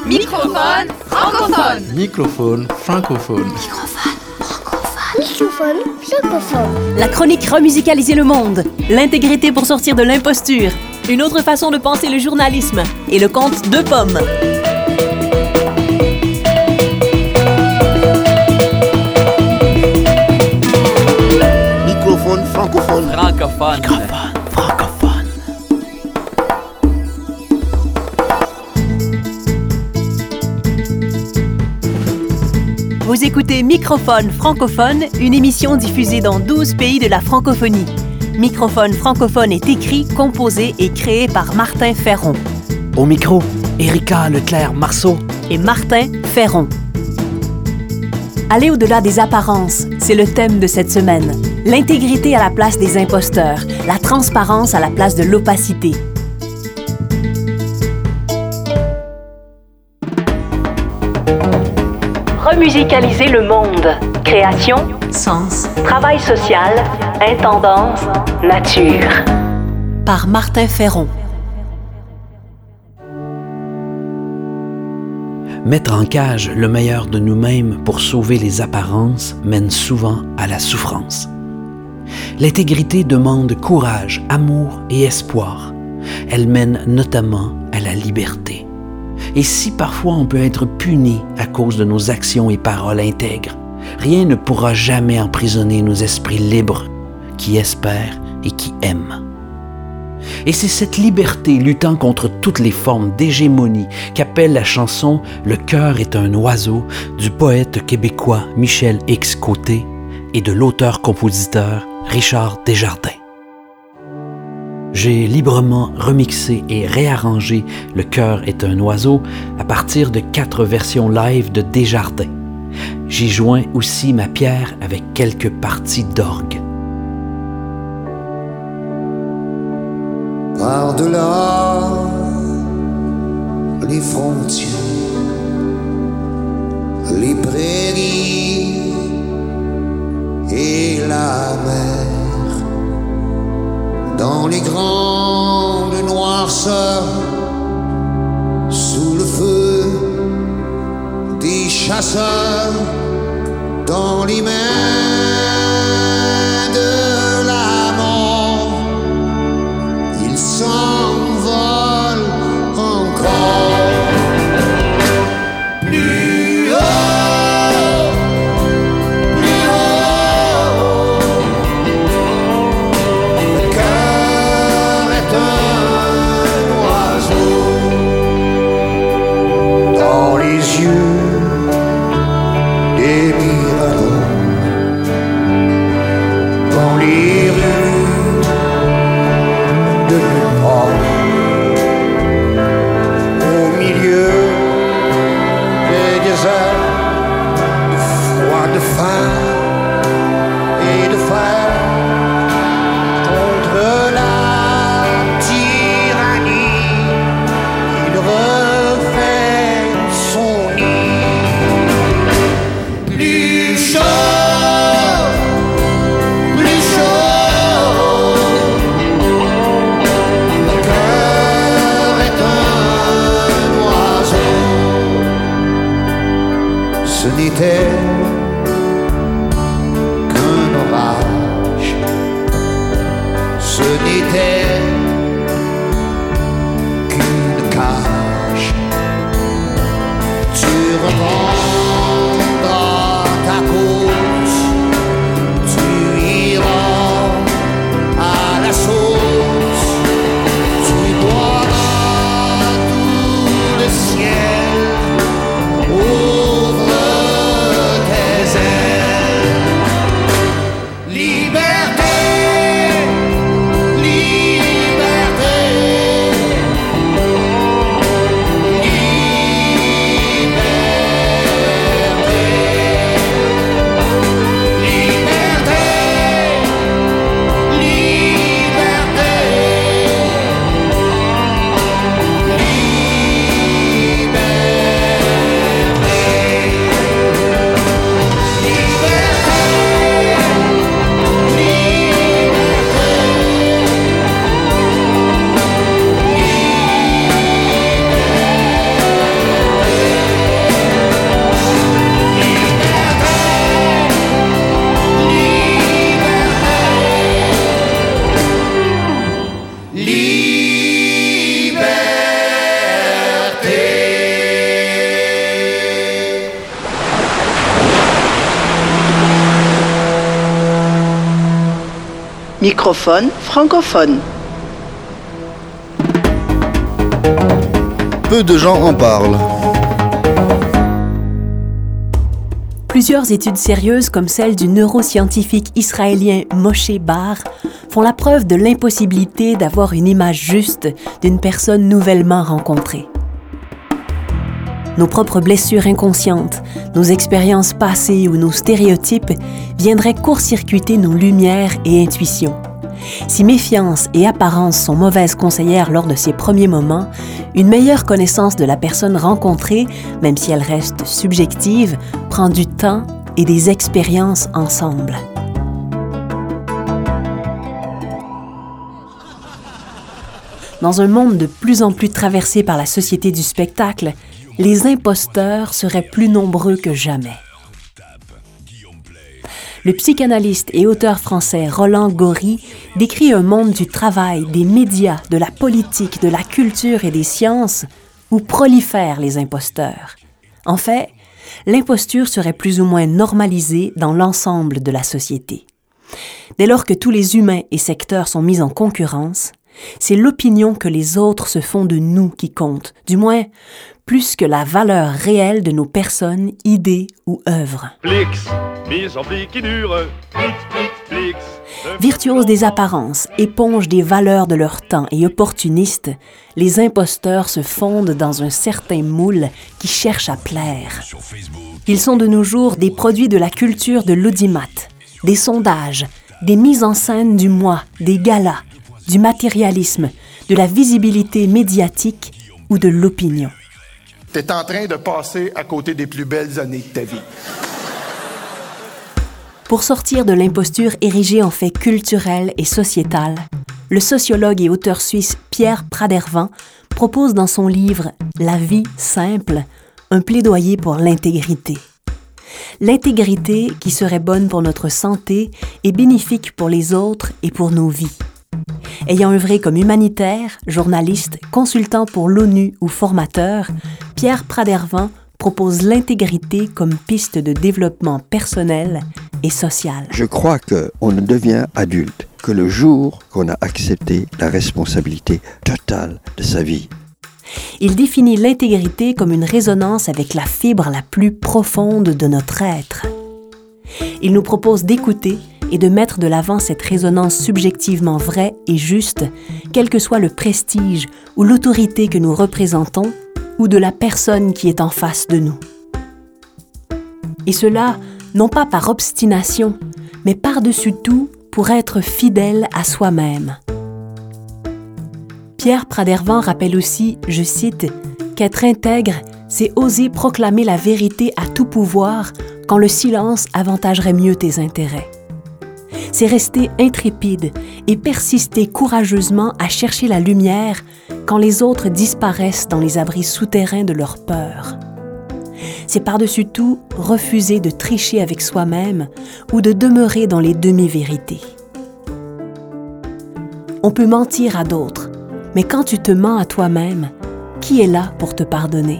Microphone francophone. Microphone francophone. Microphone francophone. La chronique Remusicaliser le monde. L'intégrité pour sortir de l'imposture. Une autre façon de penser le journalisme. Et le conte Deux pommes. Microphone francophone. Francophone. Francophone. Vous écoutez Microphone francophone, une émission diffusée dans 12 pays de la francophonie. Microphone francophone est écrit, composé et créé par Martin Ferron. Au micro, Erika Leclerc-Marceau Et Martin Ferron. Aller au-delà des apparences, c'est le thème de cette semaine. L'intégrité à la place des imposteurs, la transparence à la place de l'opacité. Remusicaliser le monde. Création, sens, travail social, intendance, nature. Par Martin Ferron. Mettre en cage le meilleur de nous-mêmes pour sauver les apparences mène souvent à la souffrance. L'intégrité demande courage, amour et espoir. Elle mène notamment à la liberté. Et si parfois on peut être puni à cause de nos actions et paroles intègres, rien ne pourra jamais emprisonner nos esprits libres qui espèrent et qui aiment. Et c'est cette liberté luttant contre toutes les formes d'hégémonie qu'appelle la chanson « Le cœur est un oiseau » du poète québécois Michel X Côté et de l'auteur-compositeur Richard Desjardins. J'ai librement remixé et réarrangé « Le cœur est un oiseau » à partir de 4 versions live de Desjardins. J'y joins aussi ma pierre avec quelques parties d'orgue. Par-delà les frontières, les prairies et la mer, dans les grandes noirceurs, sous le feu des chasseurs, dans les mains de la mort, ils s'envolent encore. Plus haut, plus haut, le cœur est un oiseau. Dans les yeux des mirabeaux, dans les rues de nulle part, au milieu des déserts, de froid, de faim et de fer, contre la tyrannie, il refait son nid. Plus chaud, plus chaud, le cœur est un oiseau. Ce n'était qu'un orage, ce n'était qu'une cage. Tu reprendras ta cause, tu iras à la source, tu boiras tout le ciel, ouvre tes ailes. Liberté, liberté, liberté. Microphone francophone. Peu de gens en parlent. Plusieurs études sérieuses, comme celle du neuroscientifique israélien Moshe Bar, font la preuve de l'impossibilité d'avoir une image juste d'une personne nouvellement rencontrée. Nos propres blessures inconscientes, nos expériences passées ou nos stéréotypes viendraient court-circuiter nos lumières et intuitions. Si méfiance et apparence sont mauvaises conseillères lors de ces premiers moments, une meilleure connaissance de la personne rencontrée, même si elle reste subjective, prend du temps et des expériences ensemble. Dans un monde de plus en plus traversé par la société du spectacle, les imposteurs seraient plus nombreux que jamais. Le psychanalyste et auteur français Roland Gori décrit un monde du travail, des médias, de la politique, de la culture et des sciences où prolifèrent les imposteurs. En fait, l'imposture serait plus ou moins normalisée dans l'ensemble de la société. Dès lors que tous les humains et secteurs sont mis en concurrence, c'est l'opinion que les autres se font de nous qui compte, du moins plus que la valeur réelle de nos personnes, idées ou œuvres. Virtuoses des apparences, éponges des valeurs de leur temps et opportunistes, les imposteurs se fondent dans un certain moule qui cherche à plaire. Ils sont de nos jours des produits de la culture de l'audimat, des sondages, des mises en scène du moi, des galas, du matérialisme, de la visibilité médiatique ou de l'opinion. T'es en train de passer à côté des plus belles années de ta vie. Pour sortir de l'imposture érigée en fait culturel et sociétal, le sociologue et auteur suisse Pierre Pradervan propose dans son livre « La vie simple » un plaidoyer pour l'intégrité. L'intégrité qui serait bonne pour notre santé et bénéfique pour les autres et pour nos vies. Ayant œuvré comme humanitaire, journaliste, consultant pour l'ONU ou formateur, Pierre Pradervan propose l'intégrité comme piste de développement personnel et social. Je crois qu'on ne devient adulte que le jour qu'on a accepté la responsabilité totale de sa vie. Il définit l'intégrité comme une résonance avec la fibre la plus profonde de notre être. Il nous propose d'écouter et de mettre de l'avant cette résonance subjectivement vraie et juste, quel que soit le prestige ou l'autorité que nous représentons ou de la personne qui est en face de nous. Et cela, non pas par obstination, mais par-dessus tout pour être fidèle à soi-même. Pierre Pradervan rappelle aussi, je cite, qu'être intègre, c'est oser proclamer la vérité à tout pouvoir quand le silence avantagerait mieux tes intérêts. C'est rester intrépide et persister courageusement à chercher la lumière quand les autres disparaissent dans les abris souterrains de leur peur. C'est par-dessus tout refuser de tricher avec soi-même ou de demeurer dans les demi-vérités. On peut mentir à d'autres, mais quand tu te mens à toi-même, qui est là pour te pardonner?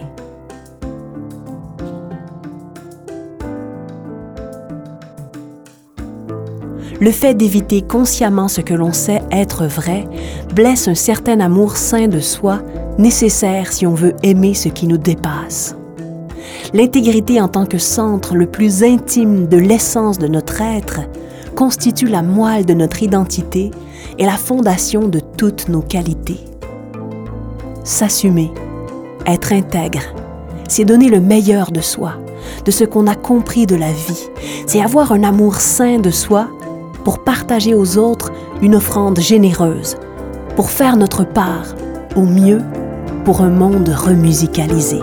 Le fait d'éviter consciemment ce que l'on sait être vrai blesse un certain amour sain de soi, nécessaire si on veut aimer ce qui nous dépasse. L'intégrité en tant que centre le plus intime de l'essence de notre être constitue la moelle de notre identité et la fondation de toutes nos qualités. S'assumer, être intègre, c'est donner le meilleur de soi, de ce qu'on a compris de la vie. C'est avoir un amour sain de soi pour partager aux autres une offrande généreuse, pour faire notre part, au mieux, pour un monde remusicalisé.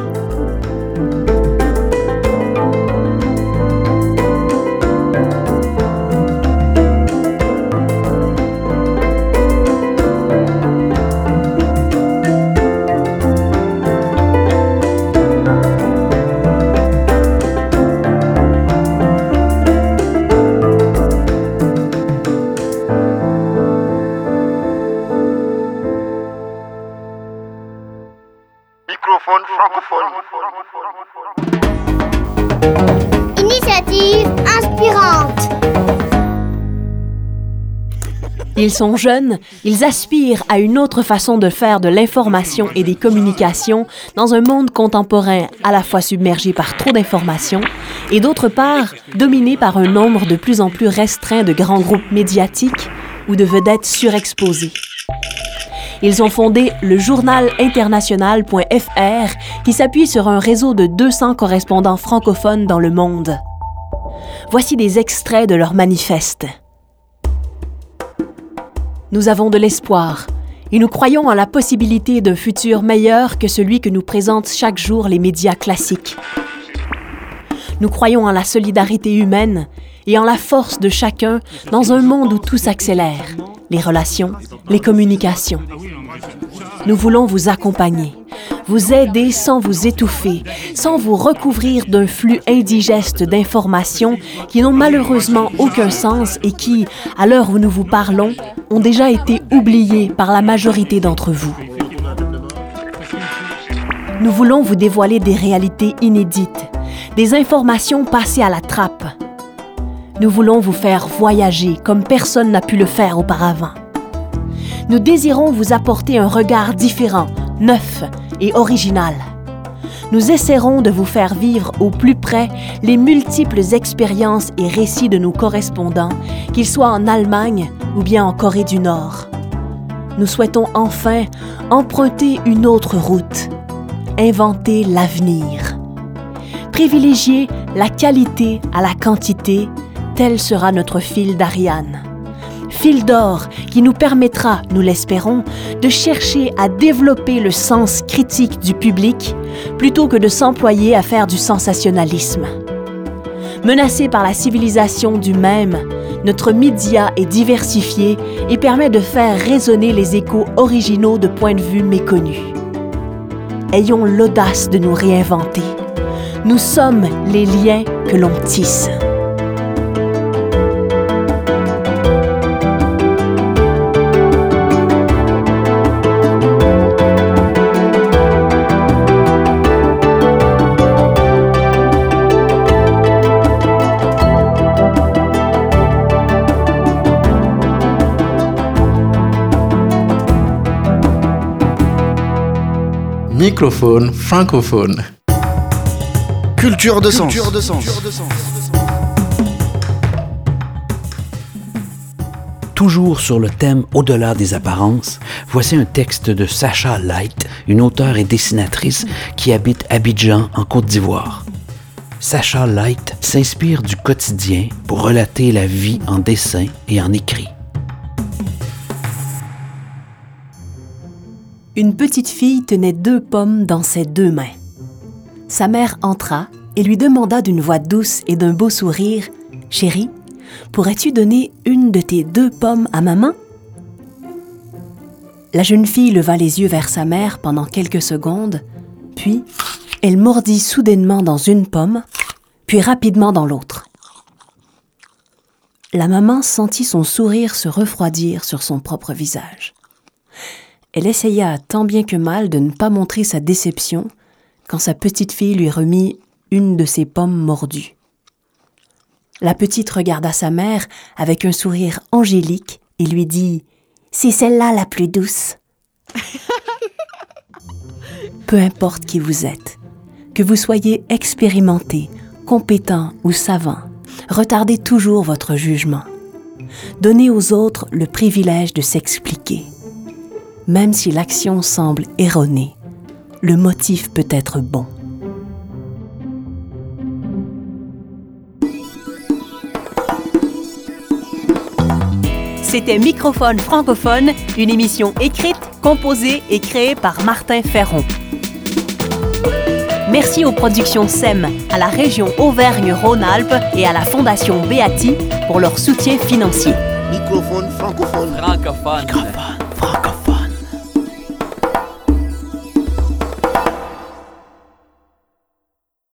Microphone francophone. Initiative inspirante. Ils sont jeunes, ils aspirent à une autre façon de faire de l'information et des communications dans un monde contemporain à la fois submergé par trop d'informations et d'autre part dominé par un nombre de plus en plus restreint de grands groupes médiatiques ou de vedettes surexposées. Ils ont fondé le journal international.fr qui s'appuie sur un réseau de 200 correspondants francophones dans le monde. Voici des extraits de leur manifeste. Nous avons de l'espoir et nous croyons en la possibilité d'un futur meilleur que celui que nous présentent chaque jour les médias classiques. Nous croyons en la solidarité humaine et en la force de chacun dans un monde où tout s'accélère, les relations, les communications. Nous voulons vous accompagner, vous aider sans vous étouffer, sans vous recouvrir d'un flux indigeste d'informations qui n'ont malheureusement aucun sens et qui, à l'heure où nous vous parlons, ont déjà été oubliées par la majorité d'entre vous. Nous voulons vous dévoiler des réalités inédites, des informations passées à la trappe. Nous voulons vous faire voyager comme personne n'a pu le faire auparavant. Nous désirons vous apporter un regard différent, neuf et original. Nous essaierons de vous faire vivre au plus près les multiples expériences et récits de nos correspondants, qu'ils soient en Allemagne ou bien en Corée du Nord. Nous souhaitons enfin emprunter une autre route, inventer l'avenir. Privilégier la qualité à la quantité, tel sera notre fil d'Ariane. Fil d'or qui nous permettra, nous l'espérons, de chercher à développer le sens critique du public plutôt que de s'employer à faire du sensationnalisme. Menacé par la civilisation du même, notre média est diversifié et permet de faire résonner les échos originaux de points de vue méconnus. Ayons l'audace de nous réinventer. Nous sommes les liens que l'on tisse. Microphone francophone. Culture de sens. Toujours sur le thème Au-delà des apparences, voici un texte de Sacha Light, une auteure et dessinatrice qui habite Abidjan, en Côte d'Ivoire. Sacha Light s'inspire du quotidien pour relater la vie en dessin et en écrit. Une petite fille tenait 2 pommes dans ses 2 mains. Sa mère entra et lui demanda d'une voix douce et d'un beau sourire « Chérie, pourrais-tu donner une de tes 2 pommes à maman ?» La jeune fille leva les yeux vers sa mère pendant quelques secondes, puis elle mordit soudainement dans une pomme, puis rapidement dans l'autre. La maman sentit son sourire se refroidir sur son propre visage. Elle essaya tant bien que mal de ne pas montrer sa déception quand sa petite fille lui remit une de ses pommes mordues. La petite regarda sa mère avec un sourire angélique et lui dit « C'est celle-là la plus douce. » Peu importe qui vous êtes, que vous soyez expérimenté, compétent ou savant, retardez toujours votre jugement. Donnez aux autres le privilège de s'expliquer. Même si l'action semble erronée, le motif peut être bon. C'était Microphone francophone, une émission écrite, composée et créée par Martin Ferron. Merci aux productions SEM, à la région Auvergne-Rhône-Alpes et à la Fondation Beati pour leur soutien financier. Microphone francophone. Francophone.